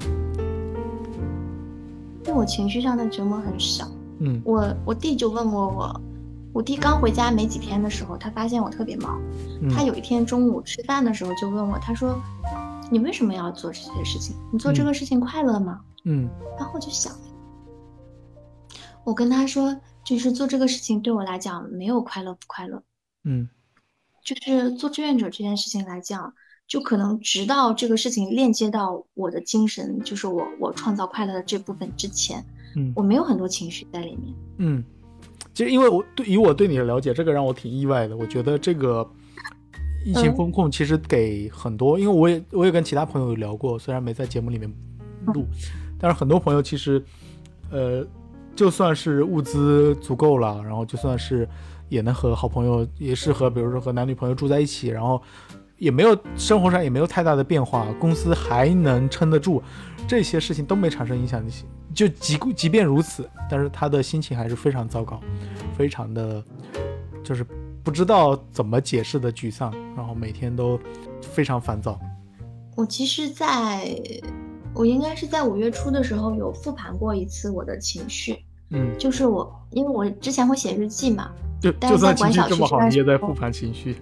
对我情绪上的折磨很少。我弟就问过我弟刚回家没几天的时候，他发现我特别忙，他有一天中午吃饭的时候就问我，他说你为什么要做这些事情？你做这个事情快乐吗？然后我就想，我跟他说，就是做这个事情对我来讲没有快乐不快乐，就是做志愿者这件事情来讲，就可能直到这个事情链接到我的精神，就是我创造快乐的这部分之前，我没有很多情绪在里面。 其实因为以我对你的了解，这个让我挺意外的。我觉得这个疫情风控其实给很多，因为我也跟其他朋友有聊过，虽然没在节目里面录，但是很多朋友其实就算是物资足够了，然后就算是也能和好朋友，也是和比如说和男女朋友住在一起，然后也没有生活上也没有太大的变化，公司还能撑得住，这些事情都没产生影响，就即便如此，但是他的心情还是非常糟糕，非常的就是不知道怎么解释的沮丧，然后每天都非常烦躁。 我其实我应该是在5月初的时候有复盘过一次我的情绪，就是因为我之前会写日记嘛， 就算情绪这么好，你也在复盘情绪。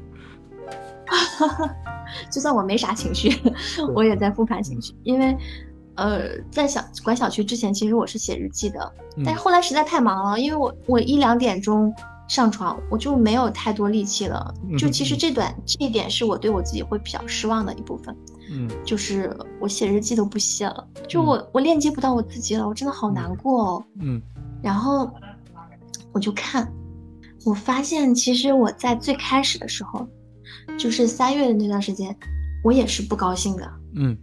就算我没啥情绪，我也在复盘情绪，因为在管小区之前，其实我是写日记的，但是后来实在太忙了，因为我1、2点钟上床，我就没有太多力气了。就其实这一点是我对我自己会比较失望的一部分。就是我写日记都不写了，就我链接不到我自己了，我真的好难过哦。然后我就看，我发现其实我在最开始的时候， 就是3月的那段时间，我也是不高兴的。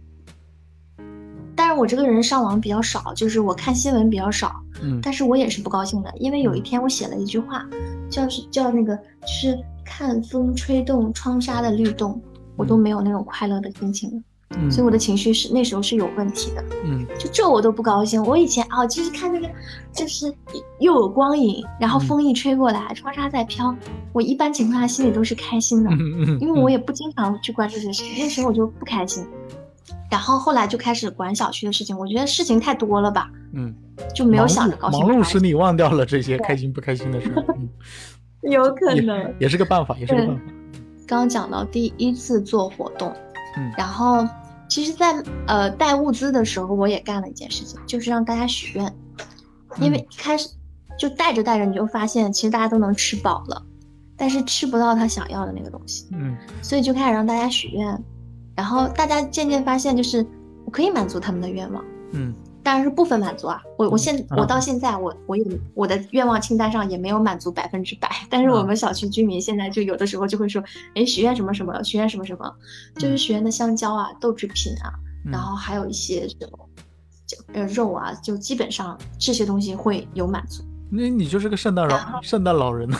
但是我这个人上网比较少，就是我看新闻比较少。但是我也是不高兴的，因为有一天我写了一句话，叫那个就是看风吹动窗纱的律动，我都没有那种快乐的心情了。所以我的情绪是那时候是有问题的。就这我都不高兴。我以前就是看那个，就是又有光影，然后风一吹过来，窗纱在飘，我一般情况下心里都是开心的，因为我也不经常去关注这些事情，那时候我就不开心。然后后来就开始管小区的事情，我觉得事情太多了吧，就没有想着高兴。 忙碌使你忘掉了这些开心不开心的事。 有可能也是个办法，也是个办法。 刚刚讲到第一次做活动，然后其实在带物资的时候，我也干了一件事情，就是让大家许愿。因为开始就带着你就发现其实大家都能吃饱了，但是吃不到他想要的那个东西。所以就开始让大家许愿，然后大家渐渐发现就是我可以满足他们的愿望。当然是部分满足啊。我到现在我的愿望清单上也没有满足100%，但是我们小区居民现在就有的时候就会说，许愿什么什么，许愿什么什么，就是许愿的香蕉啊、豆制品啊，然后还有一些什么肉啊，就基本上这些东西会有满足。 你就是个圣诞老人。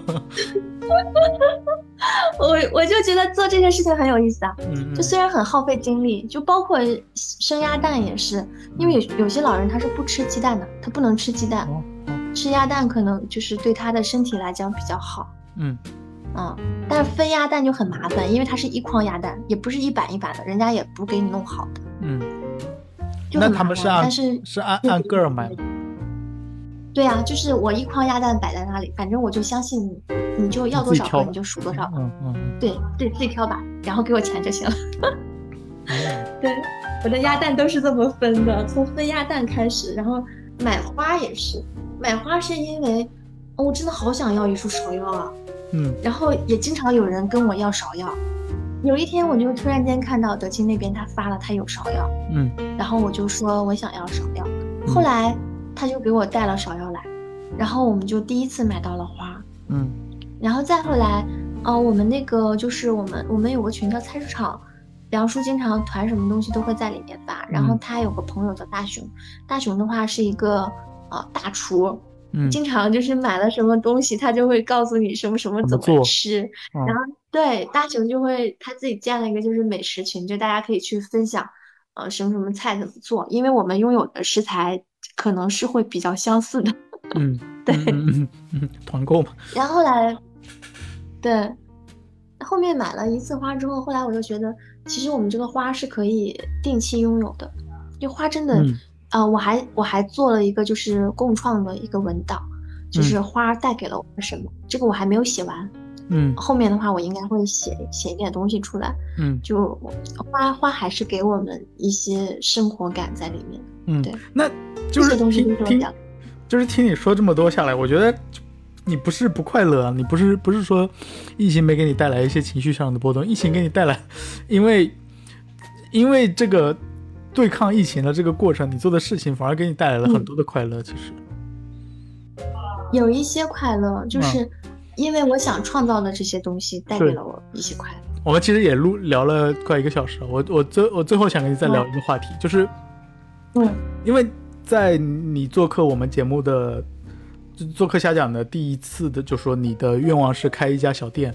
我就觉得做这些事情很有意思啊。就虽然很耗费精力，就包括生鸭蛋也是，因为有些老人他是不吃鸡蛋的，他不能吃鸡蛋，吃鸭蛋可能就是对他的身体来讲比较好。但是分鸭蛋就很麻烦，因为它是一筐鸭蛋，也不是一板一板的，人家也不给你弄好的。就很麻烦。那他们是按个儿买的。 对啊，就是我一筐鸭蛋摆在那里，反正我就相信你就要多少个你就数多少个。对，自己挑吧，然后给我钱就行了。对，我的鸭蛋都是这么分的，从分鸭蛋开始，然后买花也是，买花是因为我真的好想要一束芍药啊。然后也经常有人跟我要芍药。有一天我就突然间看到德清那边他发了他有芍药，然后我就说我想要芍药，后来他就给我带了芍药来，然后我们就第一次买到了花。然后再后来我们那个就是我们有个群叫菜市场，梁叔经常团什么东西都会在里面发，然后他有个朋友叫大熊，大熊的话是一个大厨，经常就是买了什么东西他就会告诉你什么什么怎么吃。然后对，大熊就会他自己建了一个就是美食群，就大家可以去分享什么什么菜怎么做，因为我们拥有的食材可能是会比较相似的。对， 团购嘛。 然后后来对，后面买了一次花之后，后来我就觉得其实我们这个花是可以定期拥有的，因为花真的我还做了一个就是共创的一个文档，就是花带给了我们什么，这个我还没有写完。后面的话我应该会写一点东西出来。就花还是给我们一些生活感在里面。对， 那就是听你说这么多下来，我觉得你不是不快乐啊，你不是说疫情没给你带来一些情绪上的波动，疫情给你带来，因为这个对抗疫情的这个过程，你做的事情反而给你带来了很多的快乐。其实有一些快乐，就是因为我想创造的这些东西带给了我一些快乐。 我们其实也聊了快1个小时了，我最后想跟你再聊一个话题，就是因为在你做客我们节目的做客瞎讲的第一次的就说你的愿望是开一家小店。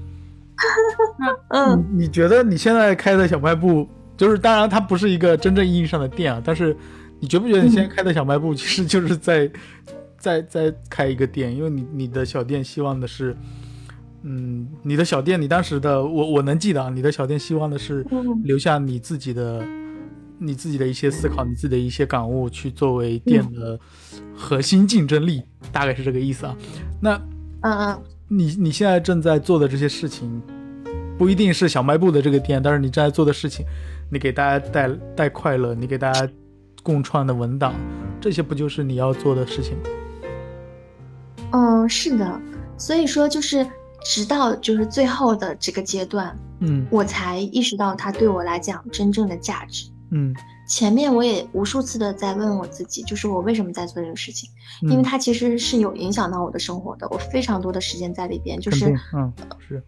你觉得你现在开的小卖部，就是当然它不是一个真正意义上的店啊，但是你觉不觉得你现在开的小卖部其实就是在开一个店？因为你的小店希望的是你的小店，你当时的我能记得啊，你的小店希望的是留下你自己的一些思考，你自己的一些感悟，去作为店的核心竞争力，大概是这个意思啊。那你现在正在做的这些事情，不一定是小卖部的这个店，但是你正在做的事情，你给大家带快乐，你给大家共创的文档，这些不就是你要做的事情吗？是的，所以说就是直到就是最后的这个阶段，我才意识到它对我来讲真正的价值。前面我也无数次的在问我自己，就是我为什么在做这个事情，因为它其实是有影响到我的生活的，我非常多的时间在里边，就是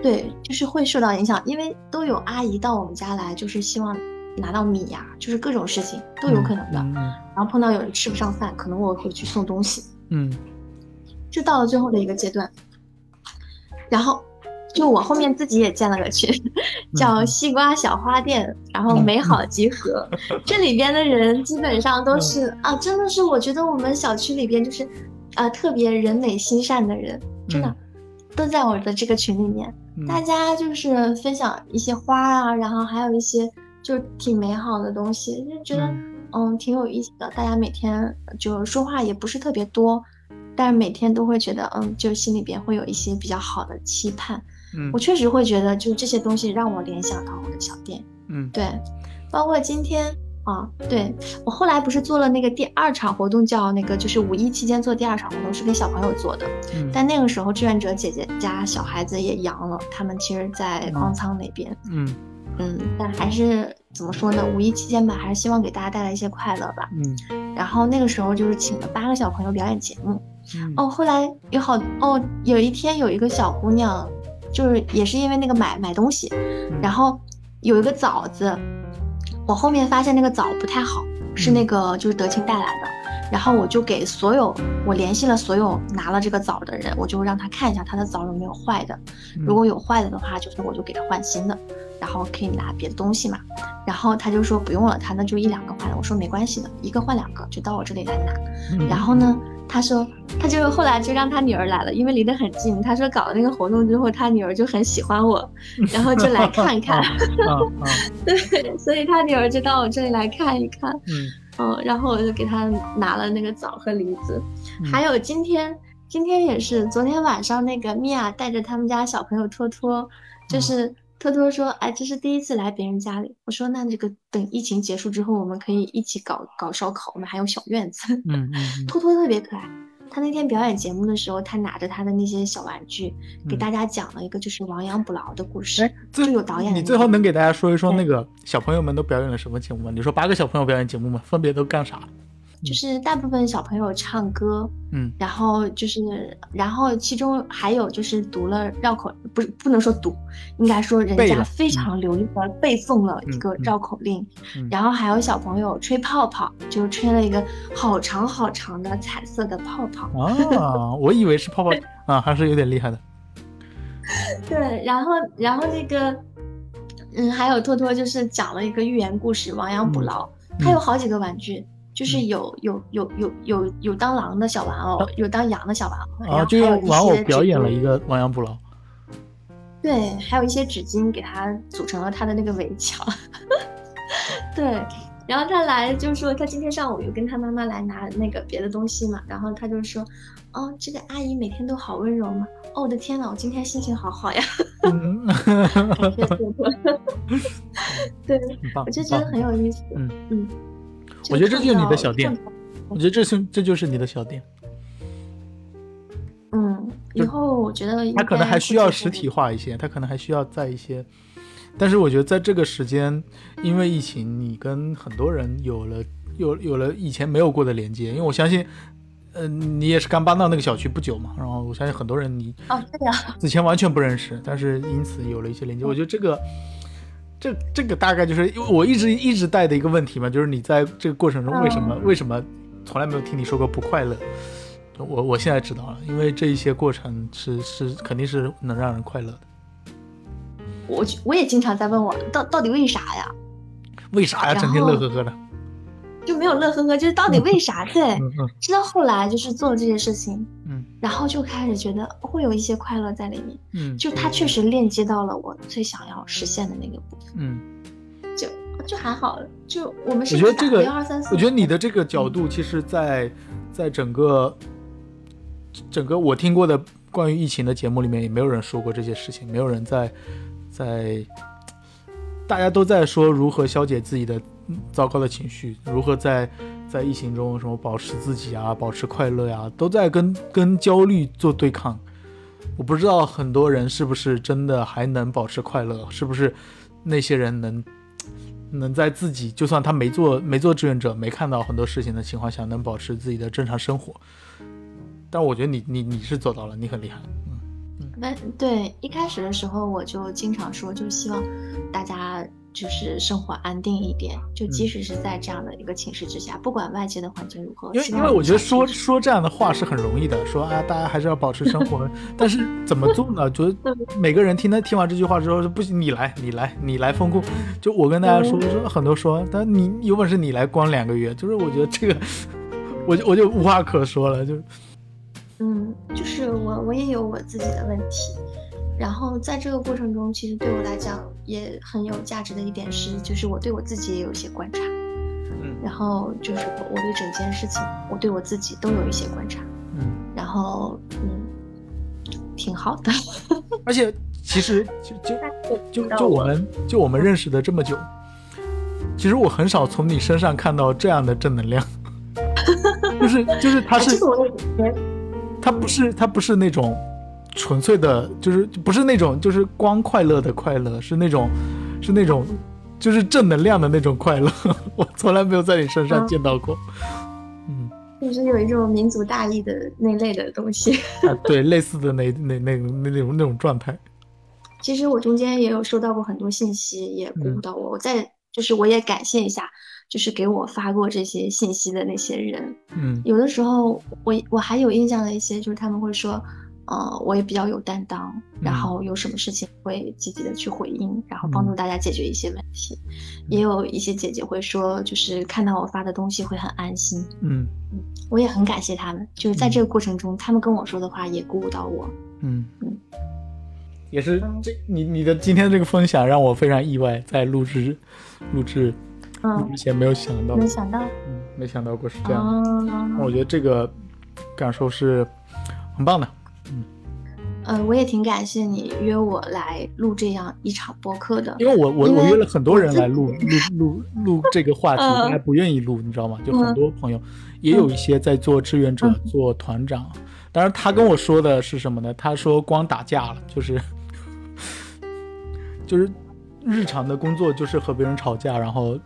对，就是会受到影响，因为都有阿姨到我们家来，就是希望拿到米呀，就是各种事情都有可能的。然后碰到有人吃不上饭，可能我会去送东西。就到了最后的一个阶段，然后就我后面自己也建了个群，叫西瓜小花店，然后美好集合。这里边的人基本上都是真的是我觉得我们小区里边就是特别人美心善的人，真的都在我的这个群里面。大家就是分享一些花啊，然后还有一些就挺美好的东西，就觉得挺有意思的。大家每天就说话也不是特别多，但是每天都会觉得就心里边会有一些比较好的期盼。我确实会觉得就这些东西让我联想到我的小店。对，包括今天对，我后来不是做了那个第2场活动，叫那个就是5一期间做第2场活动，是给小朋友做的。但那个时候志愿者姐姐家小孩子也阳了，他们其实在方舱那边。但还是怎么说呢，5一期间吧，还是希望给大家带来一些快乐吧。然后那个时候就是请了8个小朋友表演节目。后来有一天有一个小姑娘，就是也是因为那个买东西，然后有一个枣子，我后面发现那个枣不太好，是那个就是德清带来的，然后我就给我联系了所有拿了这个枣的人，我就让他看一下他的枣有没有坏的，如果有坏的话，就是我就给他换新的，然后可以拿别的东西嘛。然后他就说不用了，他那就1-2个换了，我说没关系的，1个换2个就到我这里来拿。然后呢他说他就后来就让他女儿来了，因为离得很近，他说搞了那个活动之后他女儿就很喜欢我，然后就来看看。对，所以他女儿就到我这里来看一看。然后我就给他拿了那个枣和梨子。还有今天也是昨天晚上那个米娅带着他们家小朋友托托，就是托托说这是第1次来别人家里，我说那这个等疫情结束之后我们可以一起搞烧烤，我们还有小院子。托托特别可爱，他那天表演节目的时候，他拿着他的那些小玩具给大家讲了一个就是亡羊补牢的故事。就有导演， 你最后能给大家说一说那个小朋友们都表演了什么节目吗？你说8个小朋友表演节目吗？分别都干啥？ 就是大部分小朋友唱歌，然后其中还有就是读了绕口，不能说读，应该说人家非常流利的背诵了一个绕口令。然后还有小朋友吹泡泡，就吹了一个好长好长的彩色的泡泡。 我以为是泡泡还是有点厉害的。 对，然后那个还有托托就是讲了一个寓言故事，亡羊补牢。他有好几个玩具。就是有当狼的小玩偶，有当羊的小玩偶，然后就用玩偶表演了一个亡羊补牢。 对，还有一些纸巾给他组成了他的那个围墙。对，然后他来就说他今天上午有跟他妈妈来拿那个别的东西嘛，然后他就说这个阿姨每天都好温柔嘛。我的天哪，我今天心情好好呀。对，我就觉得很有意思。 我觉得这就是你的小店，我觉得这就是你的小店。 以后我觉得它可能还需要实体化一些，它可能还需要在一些，但是我觉得在这个时间，因为疫情，你跟很多人有了以前没有过的连接，因为我相信，你也是刚搬到那个小区不久嘛，然后我相信很多人你对呀， 之前完全不认识，但是因此有了一些连接。我觉得这个大概就是因为我一直带的一个问题嘛，就是你在这个过程中为什么从来没有听你说过不快乐？我现在知道了，因为这一些过程是肯定是能让人快乐的。 我也经常在问我到底为啥呀？ 为啥呀？整天乐呵呵的。 就没有乐呵呵，就是到底为啥？对，直到后来就是做了这些事情，然后就开始觉得会有一些快乐在里面，就它确实链接到了我最想要实现的那个部分，就还好了。就我们是我觉得这个 1、2、3、4， 我觉得你的这个角度，其实在整个我听过的关于疫情的节目里面，也没有人说过这些事情，没有人在大家都在说如何消解自己的糟糕的情绪，如何在疫情中什么保持自己啊，保持快乐呀，都在跟焦虑做对抗。我不知道很多人是不是真的还能保持快乐，是不是那些人能在自己就算他没做志愿者，没看到很多事情的情况下，能保持自己的正常生活。但我觉得你是做到了，你很厉害。 对，一开始的时候我就经常说，就希望大家就是生活安定一点，就即使是在这样的一个情势之下，不管外界的环境如何， 因为我觉得说这样的话是很容易的，说大家还是要保持生活，但是怎么做呢？觉得每个人听完这句话之后说不行，你来封控。就我跟大家说很多说，但你有本事你来关2个月，就是我觉得这个我就无话可说了， 就是我也有我自己的问题，然后在这个过程中，其实对我来讲也很有价值的一点是，就是我对我自己也有一些观察，然后就是我对整件事情，我对我自己都有一些观察，然后挺好的。 而且其实就我们认识的这么久，其实我很少从你身上看到这样的正能量，就是他是。它不是那种纯粹的，就是不是那种就是光快乐的快乐，是那种就是正能量的那种快乐，我从来没有在你身上见到过。 就是有一种民族大义的那类的东西。 对，类似的那种状态。 其实我中间也有收到过很多信息，也鼓舞到我。我也感谢一下，就是给我发过这些信息的那些人。有的时候我还有印象的一些，就是他们会说，我也比较有担当，然后有什么事情会积极的去回应，然后帮助大家解决一些问题。也有一些姐姐会说，就是看到我发的东西会很安心。我也很感谢他们，就是在这个过程中，他们跟我说的话也鼓舞到我。 也是你的今天这个分享让我非常意外，在录制之前没想到过是这样。我觉得这个感受是很棒的。 我也挺感谢你约我来录这样一场播客的， 因为我约了很多人来录这个话题，大家不愿意录，你知道吗？就很多朋友也有一些在做志愿者、做团长。当然他跟我说的是什么呢？他说光打架了，就是日常的工作就是和别人吵架，然后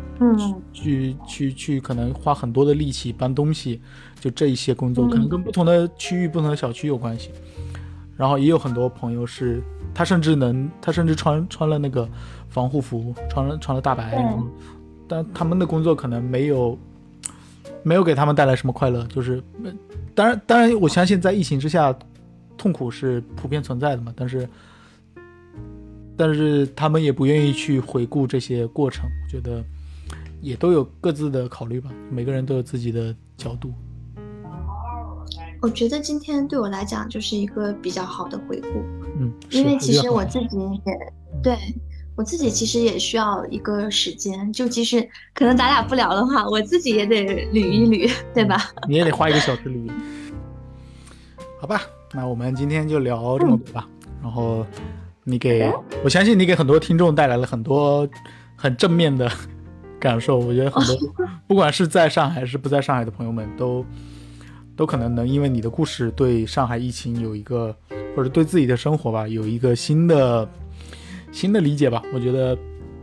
去可能花很多的力气搬东西，就这一些工作可能跟不同的区域、不同的小区有关系。然后也有很多朋友是他甚至穿了那个防护服，穿了大白，但他们的工作可能没有给他们带来什么快乐。就是当然我相信在疫情之下痛苦是普遍存在的嘛，但是他们也不愿意去回顾这些过程，我觉得也都有各自的考虑吧，每个人都有自己的角度。 我觉得今天对我来讲就是一个比较好的回顾，因为其实我自己我自己其实也需要一个时间，就即使可能咱俩不聊的话，我自己也得捋一捋，对吧？ 你也得花1个小时捋。好吧，那我们今天就聊这么多吧。然后我相信你给很多听众带来了很多很正面的感受。我觉得很多不管是在上海还是不在上海的朋友们都可能因为你的故事对上海疫情有一个，或者对自己的生活吧有一个新的理解吧。我觉得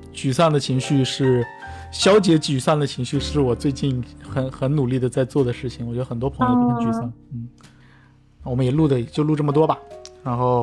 消解沮丧的情绪是我最近很努力的在做的事情。我觉得很多朋友都很沮丧。我们也录这么多吧。然后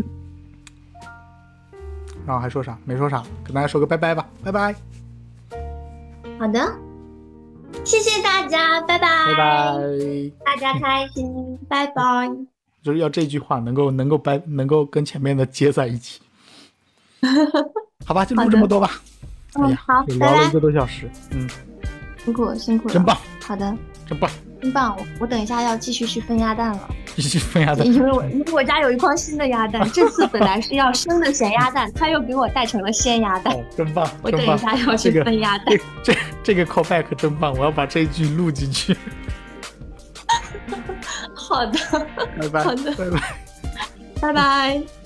还说啥？没说啥，跟大家说个拜拜吧，拜拜。 好的，谢谢大家，拜拜， 拜拜， 大家开心，拜拜。 就是要这句话能够跟前面的接在一起。好吧，就录这么多吧。哎呀， 好， 聊了1个多小时。 辛苦了， 真棒。 好的， 真棒。 我等一下要继续去分鸭蛋了。 继续分鸭蛋， 因为我家有一筐新的鸭蛋，这次本来是要生的咸鸭蛋，他又给我带成了鲜鸭蛋。 真棒！ 我等一下要去分鸭蛋。 这个 callback 真棒，我要把这一句录进去。 好的， 拜拜， 好的， 拜拜， 拜拜。